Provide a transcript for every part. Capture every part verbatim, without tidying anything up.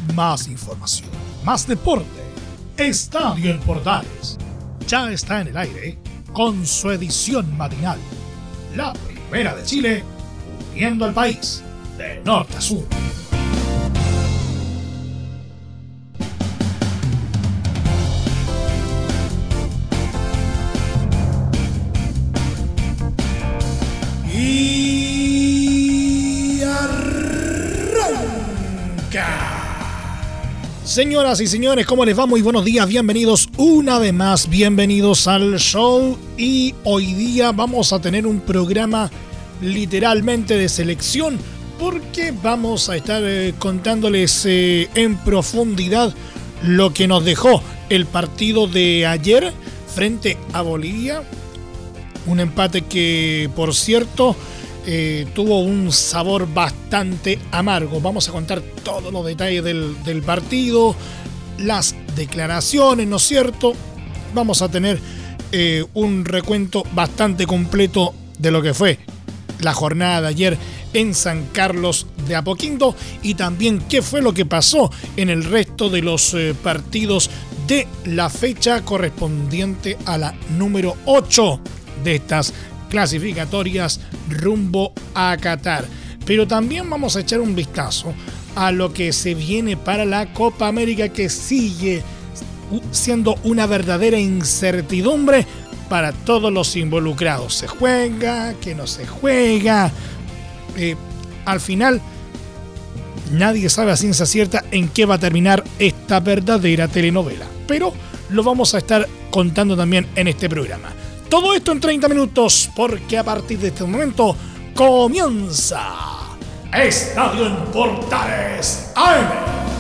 más información, más deporte. Estadio en Portales ya está en el aire con su edición matinal. La primera de Chile, uniendo al país de norte a sur. Y arranca. Señoras y señores, ¿cómo les va? Muy buenos días, bienvenidos una vez más, bienvenidos al show. Y hoy día vamos a tener un programa literalmente de selección, porque vamos a estar eh, contándoles eh, en profundidad lo que nos dejó el partido de ayer frente a Bolivia. Un empate que, por cierto, eh, tuvo un sabor bastante amargo. Vamos a contar todos los detalles del, del partido, las declaraciones, ¿no es cierto? Vamos a tener eh, un recuento bastante completo de lo que fue la jornada de ayer en San Carlos de Apoquindo y también qué fue lo que pasó en el resto de los eh, partidos de la fecha correspondiente a la número ocho de estas clasificatorias rumbo a Qatar. Pero también vamos a echar un vistazo a lo que se viene para la Copa América, que sigue siendo una verdadera incertidumbre para todos los involucrados. Se juega, que no se juega. Eh, al final, nadie sabe a ciencia cierta en qué va a terminar esta verdadera telenovela. Pero lo vamos a estar contando también en este programa. Todo esto en treinta minutos, porque a partir de este momento comienza Estadio en Portales A M.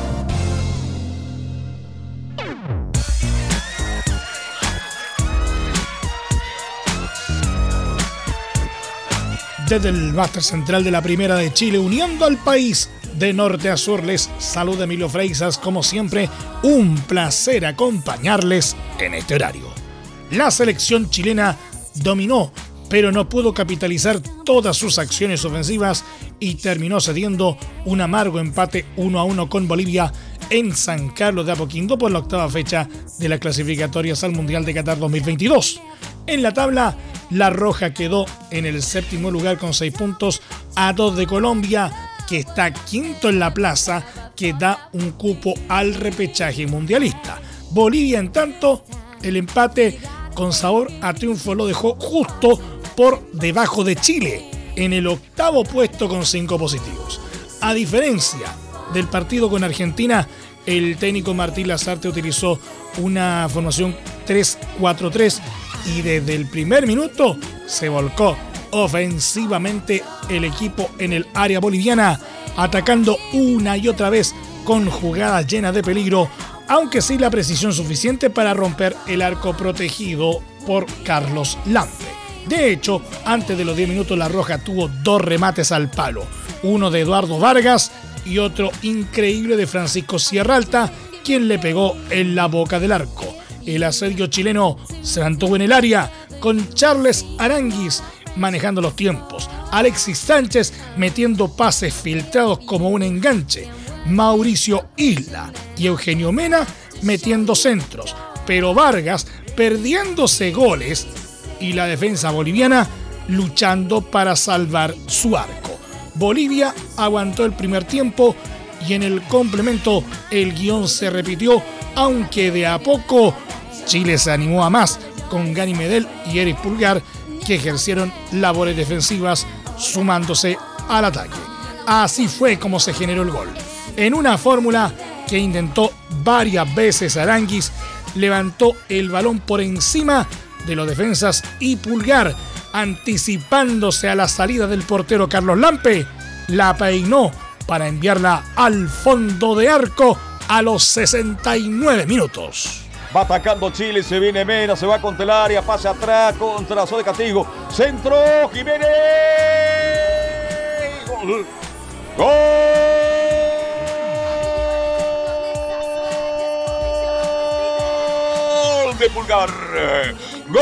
Desde el máster central de la Primera de Chile, uniendo al país de norte a sur, les saluda Emilio Freixas. Como siempre, un placer acompañarles en este horario. La selección chilena dominó, pero no pudo capitalizar todas sus acciones ofensivas y terminó cediendo un amargo empate uno a uno con Bolivia en San Carlos de Apoquindo por la octava fecha de las clasificatorias al Mundial de Qatar dos mil veintidós. En la tabla, la Roja quedó en el séptimo lugar con seis puntos a dos de Colombia, que está quinto en la plaza, que da un cupo al repechaje mundialista. Bolivia, en tanto, el empate con sabor a triunfo lo dejó justo por debajo de Chile, en el octavo puesto con cinco positivos. A diferencia del partido con Argentina, el técnico Martín Lazarte utilizó una formación tres cuatro tres y desde el primer minuto se volcó ofensivamente el equipo en el área boliviana, atacando una y otra vez con jugadas llenas de peligro, aunque sin la precisión suficiente para romper el arco protegido por Carlos Lampe. De hecho, antes de los diez minutos, la Roja tuvo dos remates al palo, uno de Eduardo Vargas y otro increíble de Francisco Sierralta, quien le pegó en la boca del arco. El asedio chileno se mantuvo en el área, con Charles Aranguis manejando los tiempos, Alexis Sánchez metiendo pases filtrados como un enganche, Mauricio Isla y Eugenio Mena metiendo centros, pero Vargas perdiéndose goles y la defensa boliviana luchando para salvar su arco. Bolivia aguantó el primer tiempo y en el complemento el guión se repitió, aunque de a poco Chile se animó a más con Gani Medel y Eric Pulgar, que ejercieron labores defensivas sumándose al ataque. Así fue como se generó el gol. En una fórmula que intentó varias veces Aranguis, levantó el balón por encima de los defensas y Pulgar, anticipándose a la salida del portero Carlos Lampe, la peinó para enviarla al fondo de arco a los sesenta y nueve minutos. Va atacando Chile, se viene Mena, se va contra el área, pase atrás, contra la zona de castigo. Centro, Jiménez. Gol. Gol de Pulgar. Gol.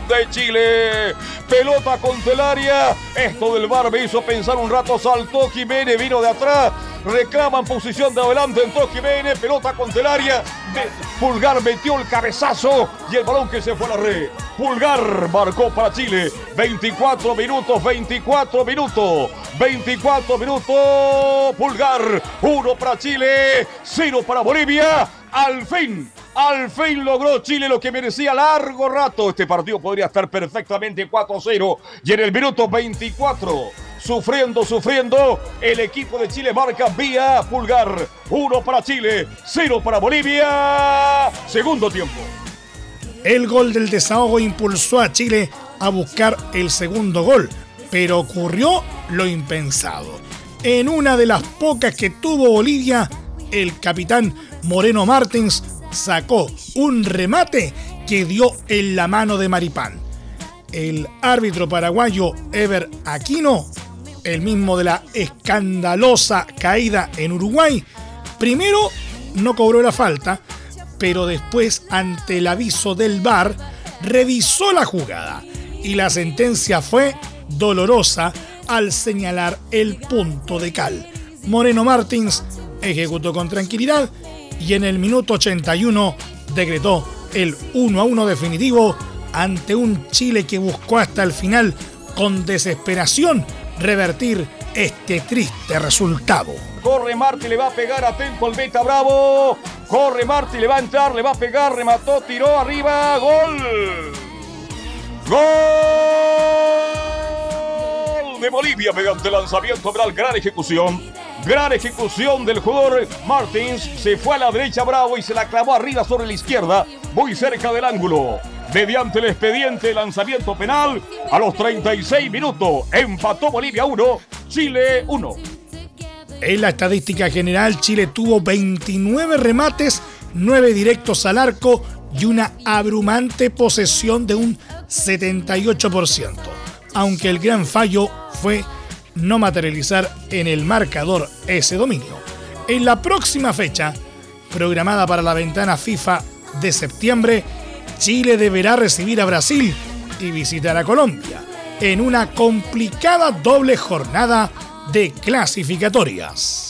de Chile. Pelota contra el área. Esto del V A R me hizo pensar un rato. Saltó Jiménez, vino de atrás. Reclama en posición de adelante. Entró Jiménez. Pelota contra el área. Pulgar metió el cabezazo y el balón que se fue a la red. Pulgar marcó para Chile. veinticuatro minutos, veinticuatro minutos. veinticuatro minutos. Pulgar. Uno para Chile. Cero para Bolivia. Al fin. Al fin logró Chile lo que merecía largo rato. Este partido podría estar perfectamente cuatro cero. Y en el minuto veinticuatro, sufriendo, sufriendo, el equipo de Chile marca vía Pulgar. Uno para Chile, cero para Bolivia. Segundo tiempo. El gol del desahogo impulsó a Chile a buscar el segundo gol, pero ocurrió lo impensado. En una de las pocas que tuvo Bolivia, el capitán Moreno Martins sacó un remate que dio en la mano de Maripán. El árbitro paraguayo Ever Aquino, el mismo de la escandalosa caída en Uruguay, primero no cobró la falta, pero después, ante el aviso del V A R, revisó la jugada y la sentencia fue dolorosa al señalar el punto de cal. Moreno Martins ejecutó con tranquilidad y en el minuto ochenta y uno decretó el uno a uno definitivo ante un Chile que buscó hasta el final con desesperación revertir este triste resultado. Corre Martí, le va a pegar, atento al Beta Bravo. Corre Martí, le va a entrar, le va a pegar, remató, tiró arriba, gol. ¡Gol de Bolivia mediante lanzamiento penal! Gran ejecución. Gran ejecución del jugador Martins. Se fue a la derecha Bravo y se la clavó arriba sobre la izquierda, muy cerca del ángulo. Mediante el expediente de lanzamiento penal, a los treinta y seis minutos, empató Bolivia uno, Chile uno. En la estadística general, Chile tuvo veintinueve remates, nueve directos al arco y una abrumante posesión de un setenta y ocho por ciento. Aunque el gran fallo fue no materializar en el marcador ese dominio. En la próxima fecha, programada para la ventana FIFA de septiembre, Chile deberá recibir a Brasil y visitar a Colombia en una complicada doble jornada de clasificatorias.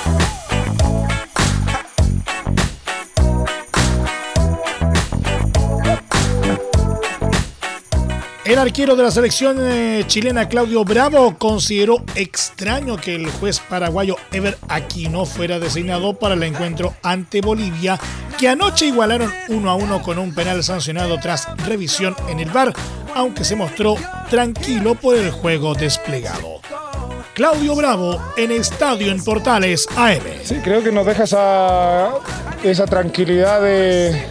El arquero de la selección eh, chilena, Claudio Bravo, consideró extraño que el juez paraguayo Ever Aquino fuera designado para el encuentro ante Bolivia, que anoche igualaron uno a uno con un penal sancionado tras revisión en el V A R, aunque se mostró tranquilo por el juego desplegado. Claudio Bravo en Estadio en Portales A M. Sí, creo que nos deja esa, esa tranquilidad de...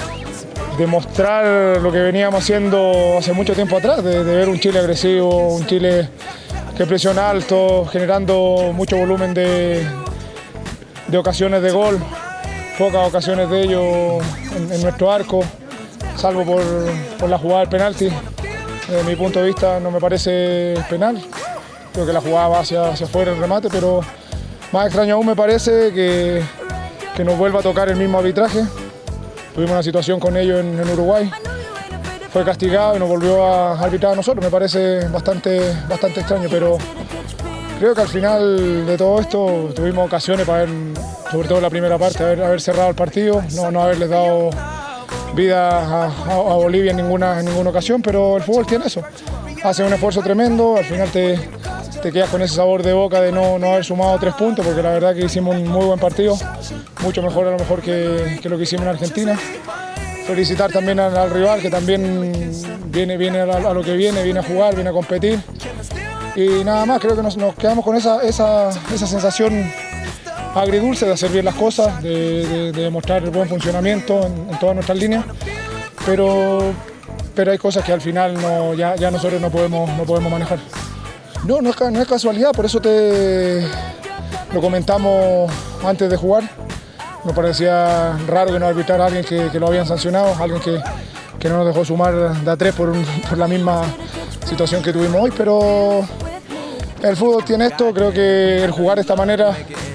demostrar lo que veníamos haciendo hace mucho tiempo atrás, de, de ver un Chile agresivo, un Chile que presiona alto, generando mucho volumen de, de ocasiones de gol, pocas ocasiones de ello en, en nuestro arco, salvo por, por la jugada del penalti. Desde mi punto de vista no me parece penal, creo que la jugada va hacia, hacia afuera el remate, pero más extraño aún me parece que, que nos vuelva a tocar el mismo arbitraje. Tuvimos una situación con ellos en, en Uruguay, fue castigado y nos volvió a arbitrar a nosotros. Me parece bastante, bastante extraño, pero creo que al final de todo esto tuvimos ocasiones para haber, sobre todo en la primera parte, haber, haber cerrado el partido, no, no haberles dado vida a, a, a Bolivia en ninguna, en ninguna ocasión, pero el fútbol tiene eso. Hace un esfuerzo tremendo, al final te, te quedas con ese sabor de boca de no, no haber sumado tres puntos, porque la verdad que hicimos un muy buen partido, mucho mejor a lo mejor que, que lo que hicimos en Argentina. Felicitar también al, al rival, que también viene, viene a, a lo que viene, viene a jugar, viene a competir. Y nada más, creo que nos, nos quedamos con esa, esa, esa sensación agridulce de hacer bien las cosas, de, de, de demostrar el buen funcionamiento en, en todas nuestras líneas, pero... pero hay cosas que al final no, ya, ya nosotros no podemos, no podemos manejar. No, no es, no es casualidad, por eso te lo comentamos antes de jugar. Nos parecía raro que no arbitrara a alguien que, que lo habían sancionado, alguien que, que no nos dejó sumar de a tres por, un, por la misma situación que tuvimos hoy, pero el fútbol tiene esto, creo que el jugar de esta manera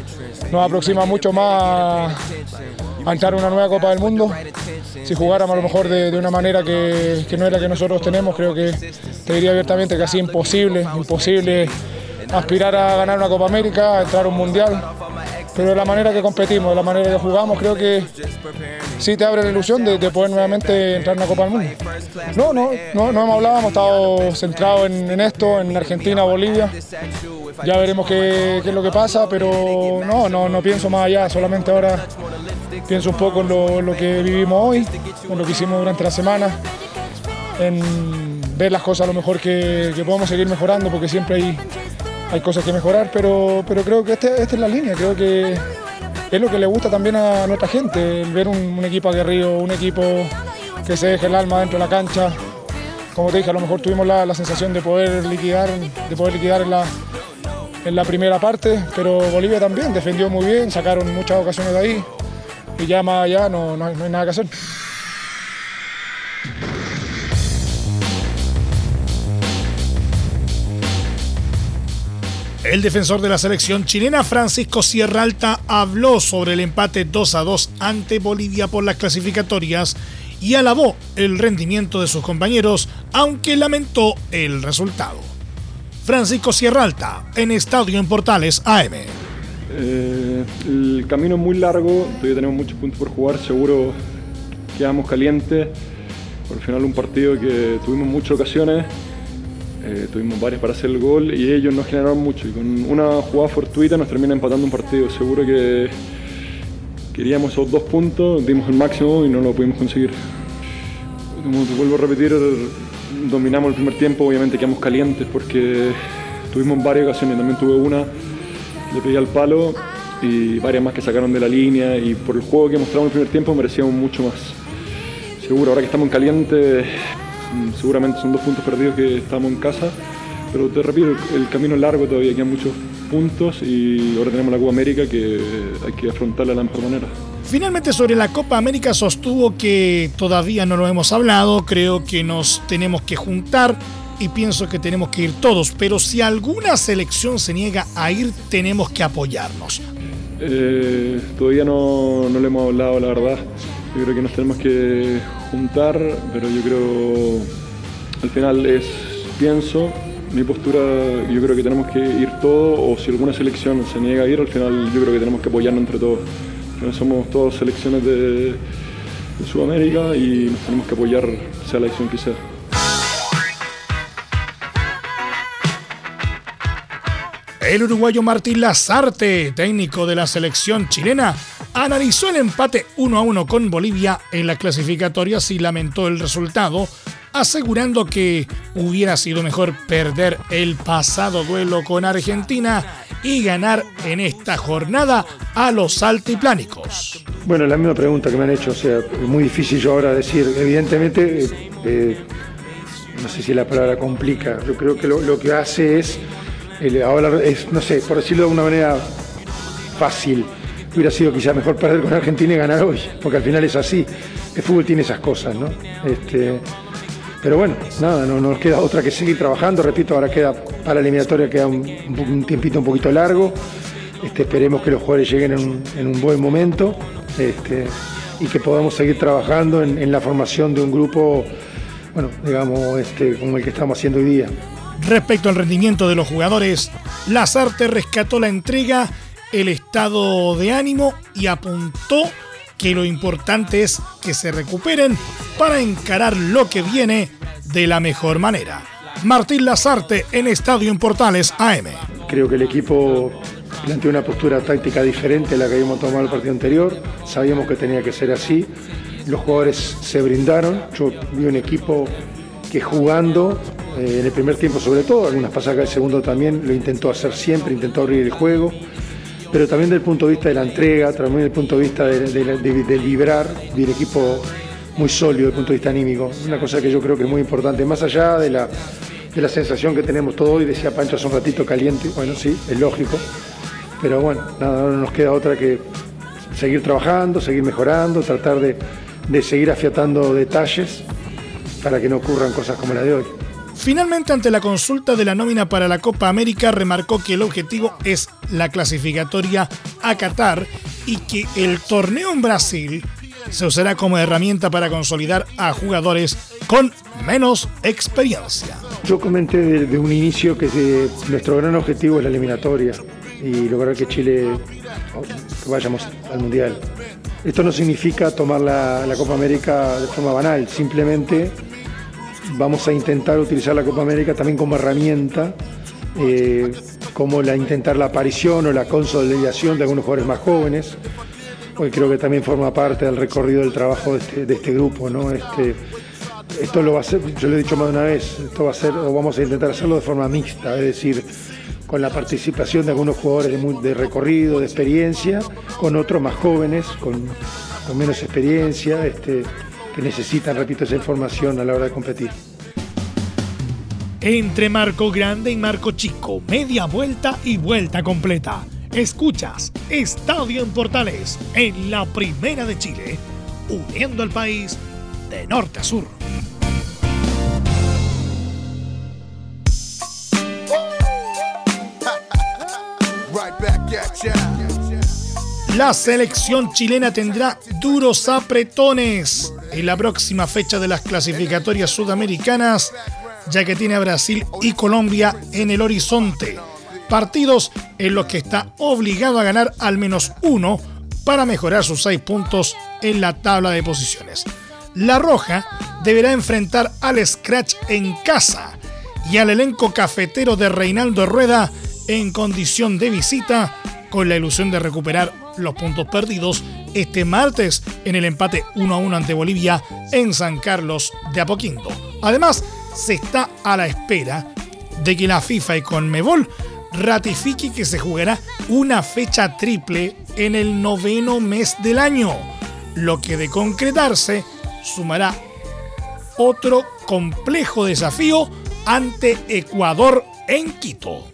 nos aproxima mucho más a entrar a una nueva Copa del Mundo. Si jugáramos a lo mejor de, de una manera que, que no es la que nosotros tenemos, creo que te diría abiertamente que así imposible, imposible aspirar a ganar una Copa América, a entrar a un Mundial. Pero de la manera que competimos, de la manera que jugamos, creo que sí te abre la ilusión de, de poder nuevamente entrar en una Copa del Mundo. No, no, no, no hemos hablado, hemos estado centrados en, en esto, en Argentina, Bolivia. Ya veremos qué, qué es lo que pasa, pero no, no, no pienso más allá, solamente ahora pienso un poco en lo, lo que vivimos hoy, en lo que hicimos durante la semana, en ver las cosas a lo mejor que, que podemos seguir mejorando, porque siempre hay, hay cosas que mejorar, pero, pero creo que este, esta es la línea, creo que es lo que le gusta también a nuestra gente, el ver un, un equipo aguerrido, un equipo que se deje el alma dentro de la cancha. Como te dije, a lo mejor tuvimos la, la sensación de poder liquidar, de poder liquidar en la, en la primera parte, pero Bolivia también defendió muy bien, sacaron muchas ocasiones de ahí y ya más allá no, no, hay, no hay nada que hacer. El defensor de la selección chilena, Francisco Sierralta, habló sobre el empate dos a dos ante Bolivia por las clasificatorias y alabó el rendimiento de sus compañeros, aunque lamentó el resultado. Francisco Sierralta, en Estadio en Portales A M. Eh, el camino es muy largo, todavía tenemos muchos puntos por jugar, seguro quedamos calientes. Por el final un partido que tuvimos muchas ocasiones. Eh, tuvimos varias para hacer el gol y ellos nos generaron mucho y con una jugada fortuita nos termina empatando un partido. Seguro que queríamos esos dos puntos, dimos el máximo y no lo pudimos conseguir. Como te vuelvo a repetir, dominamos el primer tiempo, obviamente quedamos calientes porque tuvimos varias ocasiones, también tuve una, le pegué al palo y varias más que sacaron de la línea y por el juego que mostramos en el primer tiempo merecíamos mucho más. Seguro, ahora que estamos en caliente, seguramente son dos puntos perdidos que estamos en casa, pero te repito, el, el camino es largo, todavía quedan muchos puntos y ahora tenemos la Copa América que hay que afrontarla de la mejor manera. Finalmente, sobre la Copa América sostuvo que todavía no lo hemos hablado, creo que nos tenemos que juntar y pienso que tenemos que ir todos, pero si alguna selección se niega a ir, tenemos que apoyarnos. Eh, todavía no, no lo hemos hablado, la verdad. Yo creo que nos tenemos que juntar, pero yo creo, al final es, pienso, mi postura, yo creo que tenemos que ir todos, o si alguna selección se niega a ir, al final yo creo que tenemos que apoyarnos entre todos. Somos todas selecciones de, de Sudamérica y nos tenemos que apoyar, sea la elección que sea. El uruguayo Martín Lazarte, técnico de la selección chilena, analizó el empate uno a uno con Bolivia en las clasificatorias y lamentó el resultado, asegurando que hubiera sido mejor perder el pasado duelo con Argentina y ganar en esta jornada a los altiplánicos. Bueno, la misma pregunta que me han hecho, o sea, es muy difícil yo ahora decir, evidentemente, eh, eh, no sé si la palabra complica, yo creo que lo, lo que hace es, el, ahora es, no sé, por decirlo de una manera fácil, hubiera sido quizá mejor perder con Argentina y ganar hoy, porque al final es así, el fútbol tiene esas cosas, ¿no? Este, pero bueno, nada, no, no nos queda otra que seguir trabajando, repito, ahora queda para la eliminatoria queda un, un tiempito un poquito largo, este, esperemos que los jugadores lleguen en un, en un buen momento este, y que podamos seguir trabajando en, en la formación de un grupo, bueno, digamos, este, como el que estamos haciendo hoy día. Respecto al rendimiento de los jugadores, Lazarte rescató la entrega, el estado de ánimo y apuntó que lo importante es que se recuperen para encarar lo que viene de la mejor manera. Martín Lazarte en Estadio en Portales A M. Creo que el equipo planteó una postura táctica diferente a la que habíamos tomado el partido anterior. Sabíamos que tenía que ser así. Los jugadores se brindaron. Yo vi un equipo que jugando, eh, en el primer tiempo sobre todo, algunas pasadas del segundo también, lo intentó hacer siempre, intentó abrir el juego. Pero también desde el punto de vista de la entrega, también desde el punto de vista de, de, de, de librar, vi el equipo muy sólido desde el punto de vista anímico. Una cosa que yo creo que es muy importante, más allá de la, de la sensación que tenemos todo hoy, decía Pancho hace un ratito caliente, bueno sí, es lógico, pero bueno, nada, no nos queda otra que seguir trabajando, seguir mejorando, tratar de, de seguir afiatando detalles para que no ocurran cosas como la de hoy. Finalmente, ante la consulta de la nómina para la Copa América, remarcó que el objetivo es la clasificatoria a Qatar y que el torneo en Brasil se usará como herramienta para consolidar a jugadores con menos experiencia. Yo comenté de, de un inicio que de, nuestro gran objetivo es la eliminatoria y lograr que Chile que vayamos al Mundial. Esto no significa tomar la, la Copa América de forma banal, simplemente vamos a intentar utilizar la Copa América también como herramienta, eh, como la intentar la aparición o la consolidación de algunos jugadores más jóvenes, porque creo que también forma parte del recorrido del trabajo de este, de este grupo, ¿no? Este, esto lo va a hacer, yo lo he dicho más de una vez, esto va a ser, o vamos a intentar hacerlo de forma mixta, es decir, con la participación de algunos jugadores de, muy, de recorrido, de experiencia, con otros más jóvenes, con, con menos experiencia, este, que necesitan, repito, esa información a la hora de competir. Entre marco grande y marco chico, media vuelta y vuelta completa. Escuchas Estadio en Portales en la Primera de Chile, uniendo al país de norte a sur. La selección chilena tendrá duros apretones en la próxima fecha de las clasificatorias sudamericanas, ya que tiene a Brasil y Colombia en el horizonte. Partidos en los que está obligado a ganar al menos uno para mejorar sus seis puntos en la tabla de posiciones. La Roja deberá enfrentar al Scratch en casa y al elenco cafetero de Reinaldo Rueda en condición de visita, con la ilusión de recuperar los puntos perdidos este martes en el empate uno a uno ante Bolivia en San Carlos de Apoquindo. Además, se está a la espera de que la FIFA y Conmebol ratifique que se jugará una fecha triple en el noveno mes del año, lo que de concretarse sumará otro complejo desafío ante Ecuador en Quito.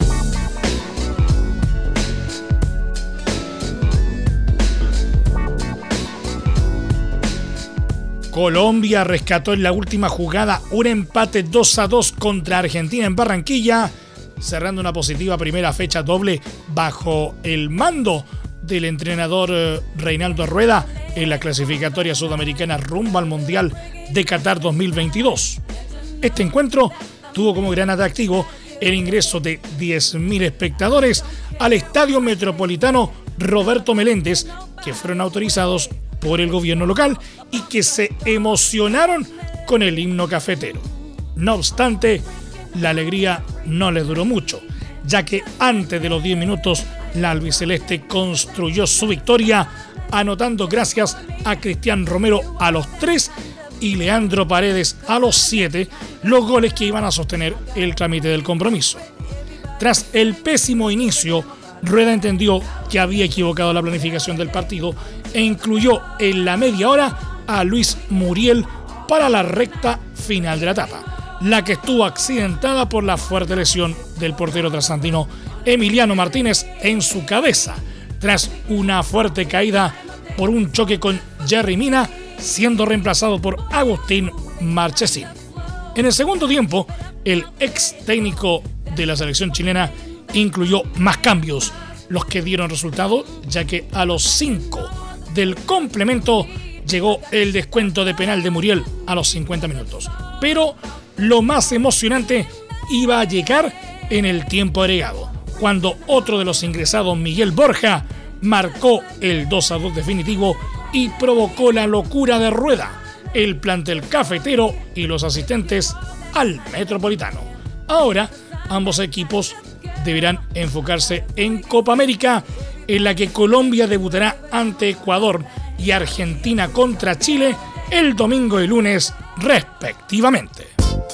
Colombia rescató en la última jugada un empate dos a dos contra Argentina en Barranquilla, cerrando una positiva primera fecha doble bajo el mando del entrenador Reinaldo Rueda en la clasificatoria sudamericana rumbo al Mundial de Qatar dos mil veintidós. Este encuentro tuvo como gran atractivo el ingreso de diez mil espectadores al Estadio Metropolitano Roberto Meléndez, que fueron autorizados por el gobierno local y que se emocionaron con el himno cafetero. No obstante, la alegría no les duró mucho, ya que antes de los diez minutos la albiceleste construyó su victoria, anotando gracias a Cristian Romero a los tres y Leandro Paredes a los siete los goles que iban a sostener el trámite del compromiso. Tras el pésimo inicio, Rueda entendió que había equivocado la planificación del partido e incluyó en la media hora a Luis Muriel para la recta final de la etapa, la que estuvo accidentada por la fuerte lesión del portero trasandino Emiliano Martínez en su cabeza, tras una fuerte caída por un choque con Jerry Mina, siendo reemplazado por Agustín Marchesín. En el segundo tiempo, el ex técnico de la selección chilena incluyó más cambios, los que dieron resultado, ya que a los cinco del complemento llegó el descuento de penal de Muriel a los cincuenta minutos. Pero lo más emocionante iba a llegar en el tiempo agregado, cuando otro de los ingresados, Miguel Borja, marcó el dos a dos definitivo y provocó la locura de Rueda, el plantel cafetero y los asistentes al Metropolitano. Ahora, ambos equipos deberán enfocarse en Copa América, en la que Colombia debutará ante Ecuador y Argentina contra Chile el domingo y lunes respectivamente.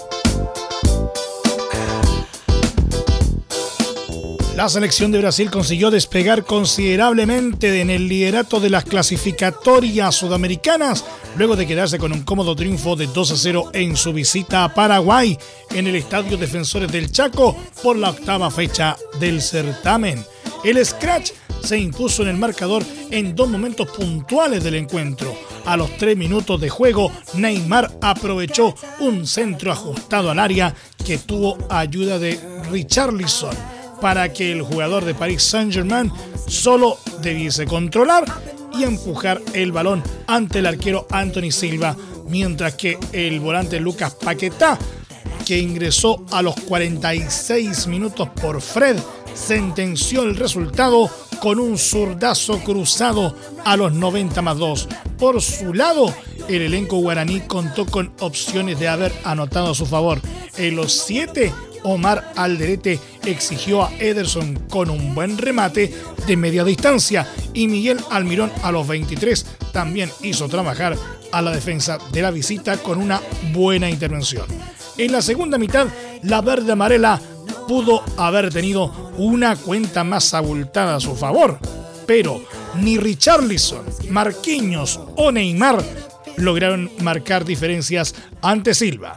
La selección de Brasil consiguió despegar considerablemente en el liderato de las clasificatorias sudamericanas luego de quedarse con un cómodo triunfo de dos a cero en su visita a Paraguay en el Estadio Defensores del Chaco por la octava fecha del certamen. El Scratch se impuso en el marcador en dos momentos puntuales del encuentro. A los tres minutos de juego, Neymar aprovechó un centro ajustado al área que tuvo ayuda de Richarlison. para que el jugador de Paris Saint-Germain solo debiese controlar y empujar el balón ante el arquero Anthony Silva, mientras que el volante Lucas Paquetá, que ingresó a los cuarenta y seis minutos por Fred, sentenció el resultado con un zurdazo cruzado a los noventa más dos. Por su lado, el elenco guaraní contó con opciones de haber anotado a su favor. En los siete, Omar Alderete exigió a Ederson con un buen remate de media distancia y Miguel Almirón a los veintitrés también hizo trabajar a la defensa de la visita con una buena intervención. En la segunda mitad, la verde amarela pudo haber tenido una cuenta más abultada a su favor, pero ni Richarlison, Marquinhos o Neymar lograron marcar diferencias ante Silva.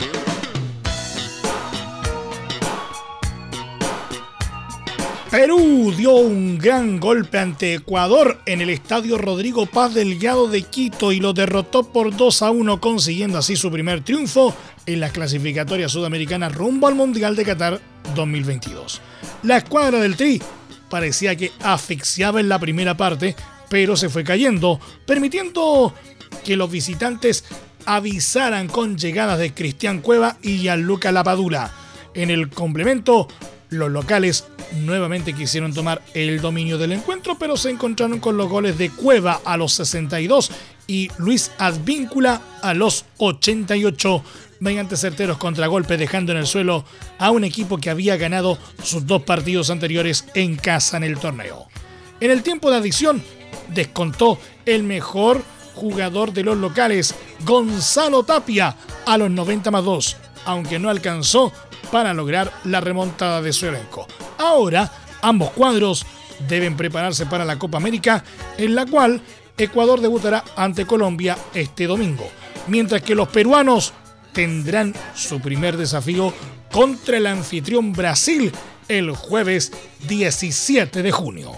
Perú dio un gran golpe ante Ecuador en el estadio Rodrigo Paz Delgado de Quito y lo derrotó por dos a uno, consiguiendo así su primer triunfo en las clasificatorias sudamericanas rumbo al Mundial de Qatar dos mil veintidós. La escuadra del Tri parecía que asfixiaba en la primera parte, pero se fue cayendo, permitiendo que los visitantes avisaran con llegadas de Cristian Cueva y Gianluca Lapadula. En el complemento, los locales nuevamente quisieron tomar el dominio del encuentro, pero se encontraron con los goles de Cueva a los sesenta y dos y Luis Advíncula a los ochenta y ocho, mediante certeros contragolpes, dejando en el suelo a un equipo que había ganado sus dos partidos anteriores en casa en el torneo. En el tiempo de adición, descontó el mejor jugador de los locales, Gonzalo Tapia, a los noventa más dos, aunque no alcanzó para lograr la remontada de su elenco. Ahora, ambos cuadros deben prepararse para la Copa América, en la cual Ecuador debutará ante Colombia este domingo, mientras que los peruanos tendrán su primer desafío contra el anfitrión Brasil el jueves diecisiete de junio.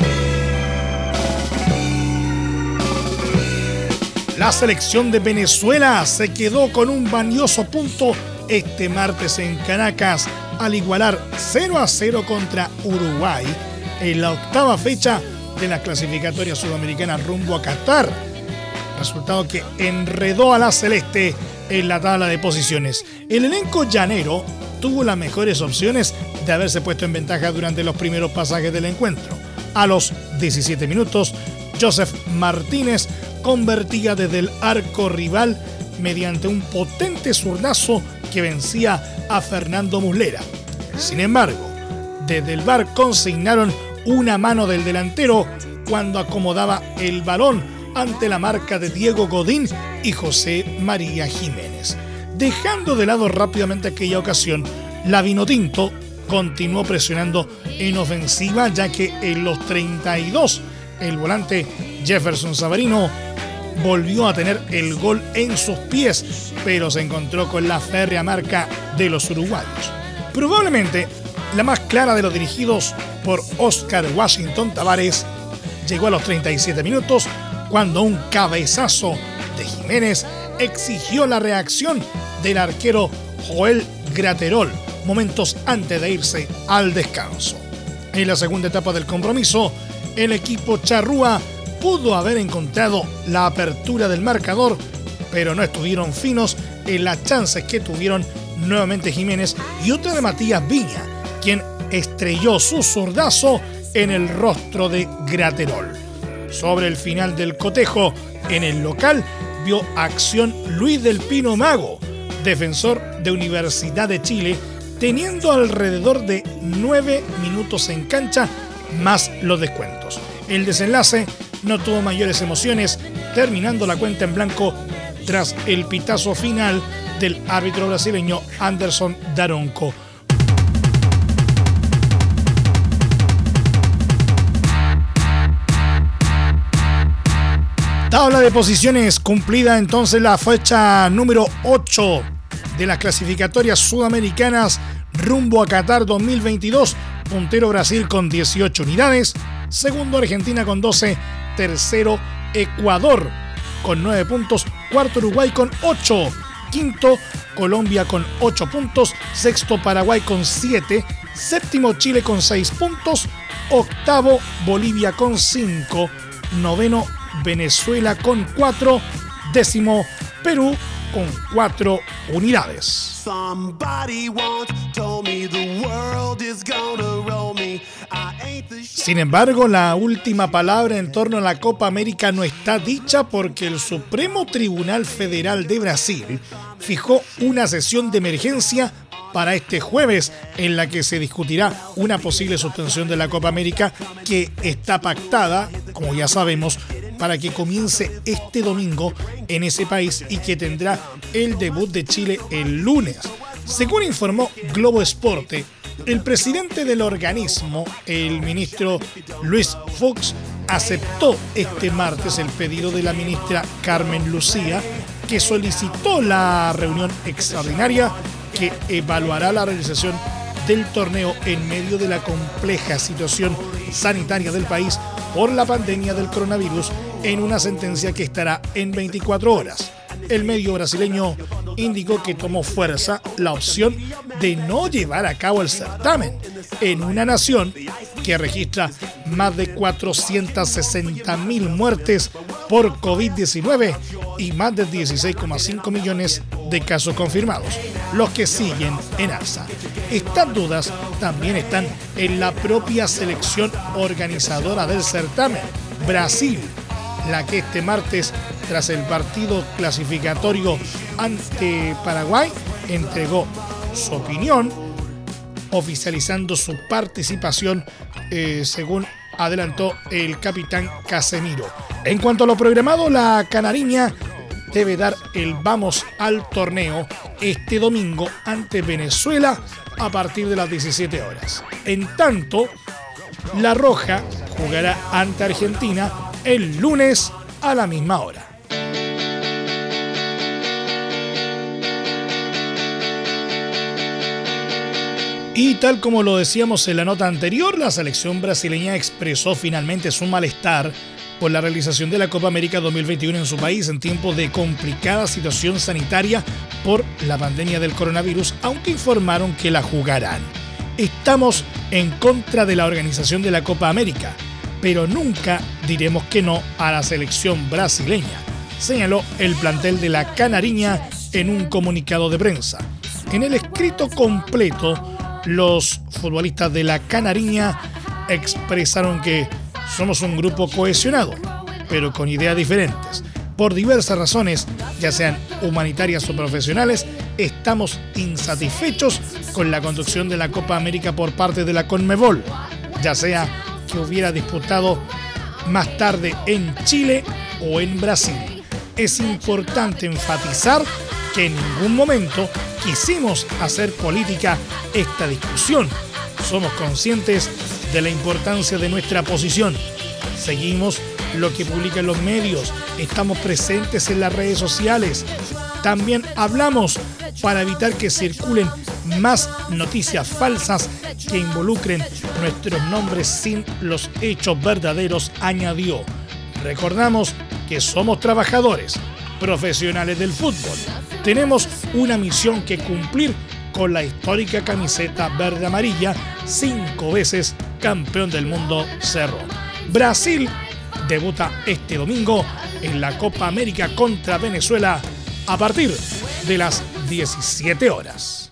La selección de Venezuela se quedó con un valioso punto este martes en Caracas al igualar cero a cero contra Uruguay en la octava fecha de las clasificatorias sudamericanas rumbo a Qatar, resultado que enredó a la celeste en la tabla de posiciones. El elenco llanero tuvo las mejores opciones de haberse puesto en ventaja durante los primeros pasajes del encuentro. A los diecisiete minutos, Joseph Martínez convertía desde el arco rival mediante un potente zurdazo que vencía a Fernando Muslera. Sin embargo, desde el V A R consignaron una mano del delantero cuando acomodaba el balón ante la marca de Diego Godín y José María Jiménez. Dejando de lado rápidamente aquella ocasión, la Vinotinto continuó presionando en ofensiva, ya que en los treinta y dos el volante Jefferson Savarino volvió a tener el gol en sus pies, pero se encontró con la férrea marca de los uruguayos. Probablemente la más clara de los dirigidos por Oscar Washington Tabárez llegó a los treinta y siete minutos, cuando un cabezazo de Jiménez exigió la reacción del arquero Joel Graterol, momentos antes de irse al descanso. En la segunda etapa del compromiso, el equipo charrúa pudo haber encontrado la apertura del marcador, pero no estuvieron finos en las chances que tuvieron nuevamente Jiménez y otra de Matías Viña, quien estrelló su zurdazo en el rostro de Graterol. Sobre el final del cotejo, en el local, vio acción Luis del Pino Mago, defensor de Universidad de Chile, teniendo alrededor de nueve minutos en cancha, más los descuentos. El desenlace no tuvo mayores emociones, terminando la cuenta en blanco tras el pitazo final del árbitro brasileño Anderson Daronco. Tabla de posiciones cumplida entonces la fecha número ocho de las clasificatorias sudamericanas rumbo a Qatar dos mil veintidós. Puntero Brasil con dieciocho unidades, segundo Argentina con doce, tercero Ecuador con nueve puntos, cuarto Uruguay con ocho, quinto Colombia con ocho puntos, sexto Paraguay con siete, Séptimo Chile con seis puntos. Octavo Bolivia con cinco. Noveno Venezuela con cuatro. Décimo Perú con cuatro unidades. Sin embargo, la última palabra en torno a la Copa América no está dicha porque el Supremo Tribunal Federal de Brasil fijó una sesión de emergencia para este jueves en la que se discutirá una posible suspensión de la Copa América que está pactada, como ya sabemos, para que comience este domingo en ese país y que tendrá el debut de Chile el lunes. Según informó Globo Esporte, el presidente del organismo, el ministro Luis Fuchs, aceptó este martes el pedido de la ministra Carmen Lucía, que solicitó la reunión extraordinaria que evaluará la realización del torneo en medio de la compleja situación sanitaria del país por la pandemia del coronavirus, en una sentencia que estará en veinticuatro horas. El medio brasileño indicó que tomó fuerza la opción de no llevar a cabo el certamen en una nación que registra más de cuatrocientas sesenta mil muertes por covid diecinueve y más de dieciséis coma cinco millones de casos confirmados, los que siguen en alza. Estas dudas también están en la propia selección organizadora del certamen, Brasil, la que este martes, tras el partido clasificatorio ante Paraguay, entregó su opinión, oficializando su participación, eh, según adelantó el capitán Casemiro. En cuanto a lo programado, la canariña debe dar el vamos al torneo este domingo ante Venezuela a partir de las diecisiete horas. En tanto, la roja jugará ante Argentina el lunes a la misma hora. Y tal como lo decíamos en la nota anterior, la selección brasileña expresó finalmente su malestar por la realización de la Copa América dos mil veintiuno en su país en tiempos de complicada situación sanitaria por la pandemia del coronavirus, aunque informaron que la jugarán. Estamos en contra de la organización de la Copa América, pero nunca diremos que no a la selección brasileña, señaló el plantel de la canariña en un comunicado de prensa. En el escrito completo, los futbolistas de la canariña expresaron que somos un grupo cohesionado, pero con ideas diferentes. Por diversas razones, ya sean humanitarias o profesionales, estamos insatisfechos con la conducción de la Copa América por parte de la Conmebol, ya sea que hubiera disputado más tarde en Chile o en Brasil. Es importante enfatizar que en ningún momento quisimos hacer política esta discusión. Somos conscientes de la importancia de nuestra posición. Seguimos lo que publican los medios. Estamos presentes en las redes sociales. También hablamos para evitar que circulen más noticias falsas que involucren nuestros nombres sin los hechos verdaderos, añadió. Recordamos que somos trabajadores, profesionales del fútbol. Tenemos una misión que cumplir con la histórica camiseta verde-amarilla, cinco veces campeón del mundo, cerró. Brasil debuta este domingo en la Copa América contra Venezuela a partir de las diecisiete horas.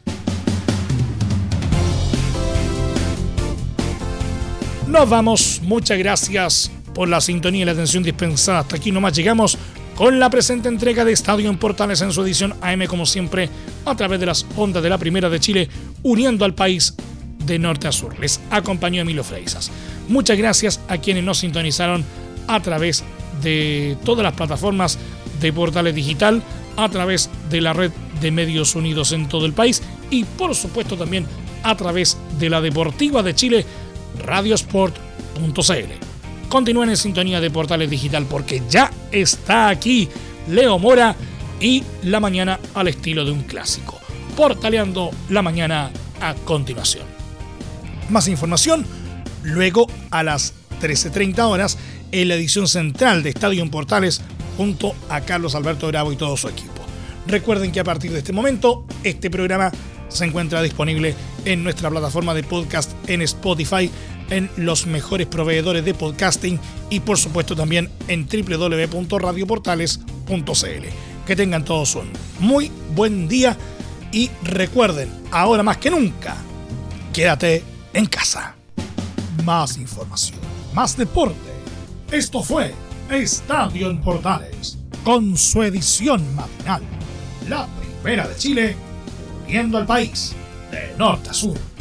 Nos vamos, muchas gracias por la sintonía y la atención dispensada. Hasta aquí nomás llegamos con la presente entrega de Estadio en Portales en su edición A M, como siempre, a través de las ondas de la Primera de Chile, uniendo al país de norte a sur. Les acompañó Emilio Freixas. Muchas gracias a quienes nos sintonizaron a través de todas las plataformas de Portales Digital, a través de la red de medios unidos en todo el país y, por supuesto, también a través de la Deportiva de Chile, radiosport punto c l. Continúen en sintonía de Portales Digital porque ya está aquí Leo Mora y la mañana al estilo de un clásico. Portaleando la mañana a continuación. Más información luego a las trece treinta horas en la edición central de Estadio en Portales junto a Carlos Alberto Bravo y todo su equipo. Recuerden que a partir de este momento este programa se encuentra disponible en nuestra plataforma de podcast en Spotify, en los mejores proveedores de podcasting y por supuesto también en doble u doble u doble u punto radio portales punto c l. Que tengan todos un muy buen día y recuerden, ahora más que nunca, quédate en casa. Más información, más deporte. Esto fue Estadio en Portales, con su edición matinal. La primera de Chile, viendo al país de norte a sur.